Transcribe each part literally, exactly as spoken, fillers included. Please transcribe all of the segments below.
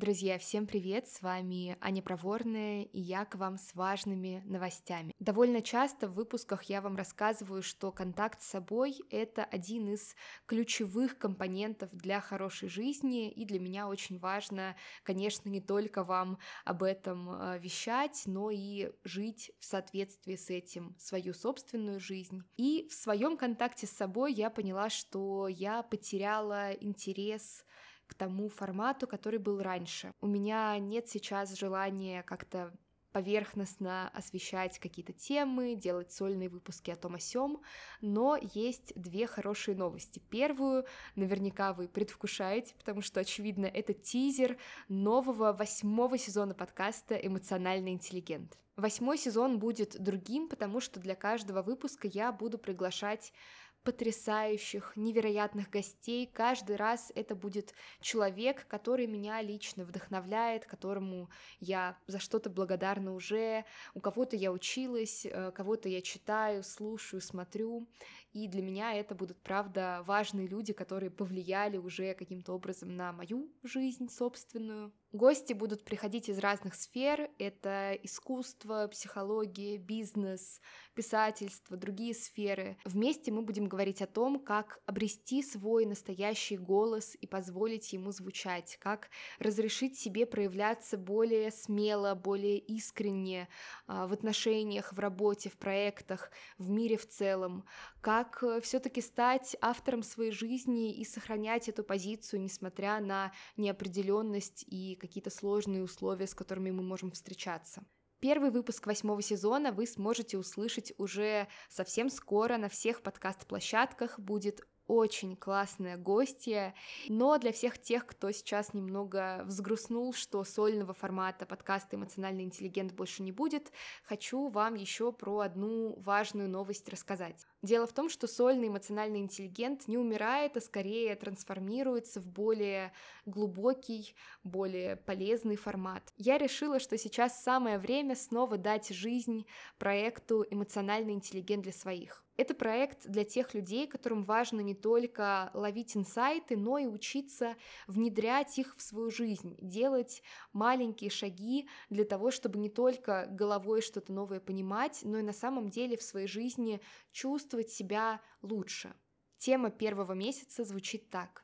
Друзья, всем привет! С вами Аня Проворная, и я к вам с важными новостями. Довольно часто в выпусках я вам рассказываю, что контакт с собой — это один из ключевых компонентов для хорошей жизни, и для меня очень важно, конечно, не только вам об этом э, вещать, но и жить в соответствии с этим свою собственную жизнь. И в своем контакте с собой я поняла, что я потеряла интерес к тому формату, который был раньше. У меня нет сейчас желания как-то поверхностно освещать какие-то темы, делать сольные выпуски о том о сём, но есть две хорошие новости. Первую наверняка вы предвкушаете, потому что, очевидно, это тизер нового восьмого сезона подкаста «Эмоциональный интеллигент». Восьмой сезон будет другим, потому что для каждого выпуска я буду приглашать потрясающих, невероятных гостей. Каждый раз это будет человек, который меня лично вдохновляет, которому я за что-то благодарна уже, у кого-то я училась, кого-то я читаю, слушаю, смотрю. И для меня это будут, правда, важные люди, которые повлияли уже каким-то образом на мою жизнь собственную. Гости будут приходить из разных сфер. Это искусство, психология, бизнес, писательство, другие сферы. Вместе мы будем говорить о том, как обрести свой настоящий голос и позволить ему звучать, как разрешить себе проявляться более смело, более искренне в отношениях, в работе, в проектах, в мире в целом, как все-таки стать автором своей жизни и сохранять эту позицию, несмотря на неопределенность и какие-то сложные условия, с которыми мы можем встречаться. Первый выпуск восьмого сезона вы сможете услышать уже совсем скоро на всех подкаст-площадках. Будет очень классная гостья, но для всех тех, кто сейчас немного взгрустнул, что сольного формата подкаста «Эмоциональный интеллигент» больше не будет, хочу вам еще про одну важную новость рассказать. Дело в том, что сольный эмоциональный интеллигент не умирает, а скорее трансформируется в более глубокий, более полезный формат. Я решила, что сейчас самое время снова дать жизнь проекту «Эмоциональный интеллигент» для своих. Это проект для тех людей, которым важно не только ловить инсайты, но и учиться внедрять их в свою жизнь, делать маленькие шаги для того, чтобы не только головой что-то новое понимать, но и на самом деле в своей жизни чувствовать себя лучше. Тема первого месяца звучит так: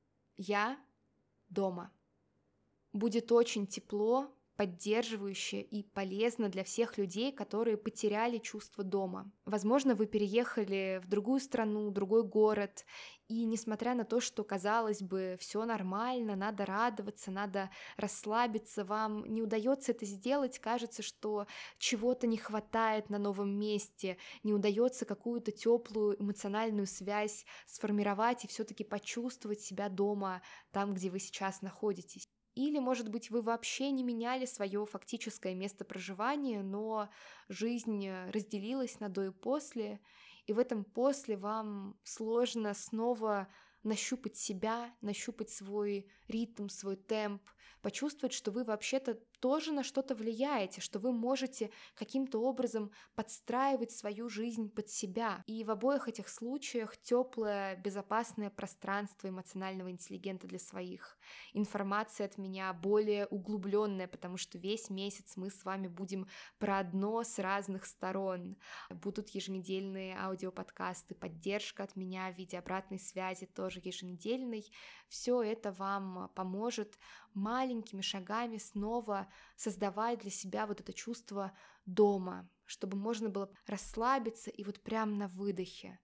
«Я дома». Будет очень тепло, поддерживающе и полезно для всех людей, которые потеряли чувство дома. Возможно, вы переехали в другую страну, другой город, и несмотря на то, что, казалось бы, все нормально, надо радоваться, надо расслабиться, вам не удается это сделать, кажется, что чего-то не хватает на новом месте, не удается какую-то теплую эмоциональную связь сформировать и все-таки почувствовать себя дома, там, где вы сейчас находитесь. Или, может быть, вы вообще не меняли свое фактическое место проживания, но жизнь разделилась на до и после, и в этом после вам сложно снова нащупать себя, нащупать свой ритм, свой темп, почувствовать, что вы вообще-то тоже на что-то влияете, что вы можете каким-то образом подстраивать свою жизнь под себя. И в обоих этих случаях теплое, безопасное пространство эмоционального интеллигента для своих. Информация от меня более углубленная, потому что весь месяц мы с вами будем про одно с разных сторон. Будут еженедельные аудиоподкасты, поддержка от меня в виде обратной связи тоже еженедельной. Все это вам поможет маленькими шагами снова создавать для себя вот это чувство дома, чтобы можно было расслабиться и вот прям на выдохе.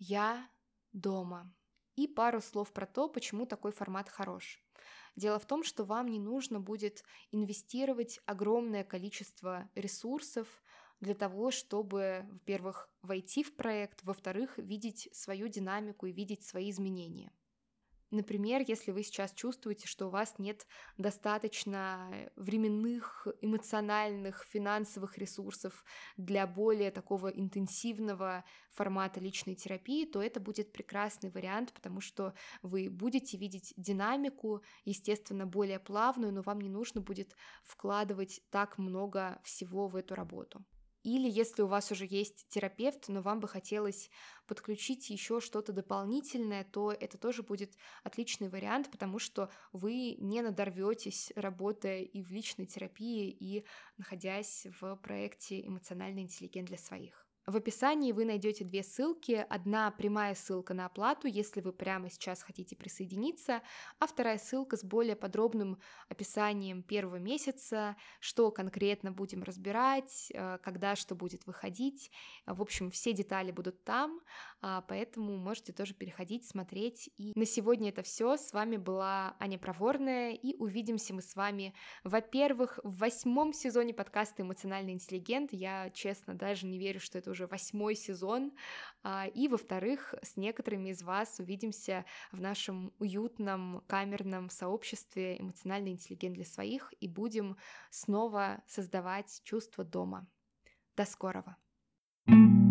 Я дома. И пару слов про то, почему такой формат хорош. Дело в том, что вам не нужно будет инвестировать огромное количество ресурсов для того, чтобы, во-первых, войти в проект, во-вторых, видеть свою динамику и видеть свои изменения. Например, если вы сейчас чувствуете, что у вас нет достаточно временных, эмоциональных, финансовых ресурсов для более такого интенсивного формата личной терапии, то это будет прекрасный вариант, потому что вы будете видеть динамику, естественно, более плавную, но вам не нужно будет вкладывать так много всего в эту работу. Или если у вас уже есть терапевт, но вам бы хотелось подключить еще что-то дополнительное, то это тоже будет отличный вариант, потому что вы не надорветесь, работая и в личной терапии, и находясь в проекте «Эмоциональный интеллигент для своих». В описании вы найдете две ссылки. Одна прямая ссылка на оплату, если вы прямо сейчас хотите присоединиться, а вторая ссылка с более подробным описанием первого месяца, что конкретно будем разбирать, э, когда что будет выходить. В общем, все детали будут там, а, поэтому можете тоже переходить, смотреть. И на сегодня это все. С вами была Аня Проворная, и увидимся мы с вами, во-первых, в восьмом сезоне подкаста «Эмоциональный интеллигент». Я, честно, даже не верю, что это уже восьмой сезон. А, И, во-вторых, с некоторыми из вас увидимся в нашем уютном камерном сообществе «Эмоциональный интеллигент для своих» и будем снова создавать чувство дома. До скорого! thank you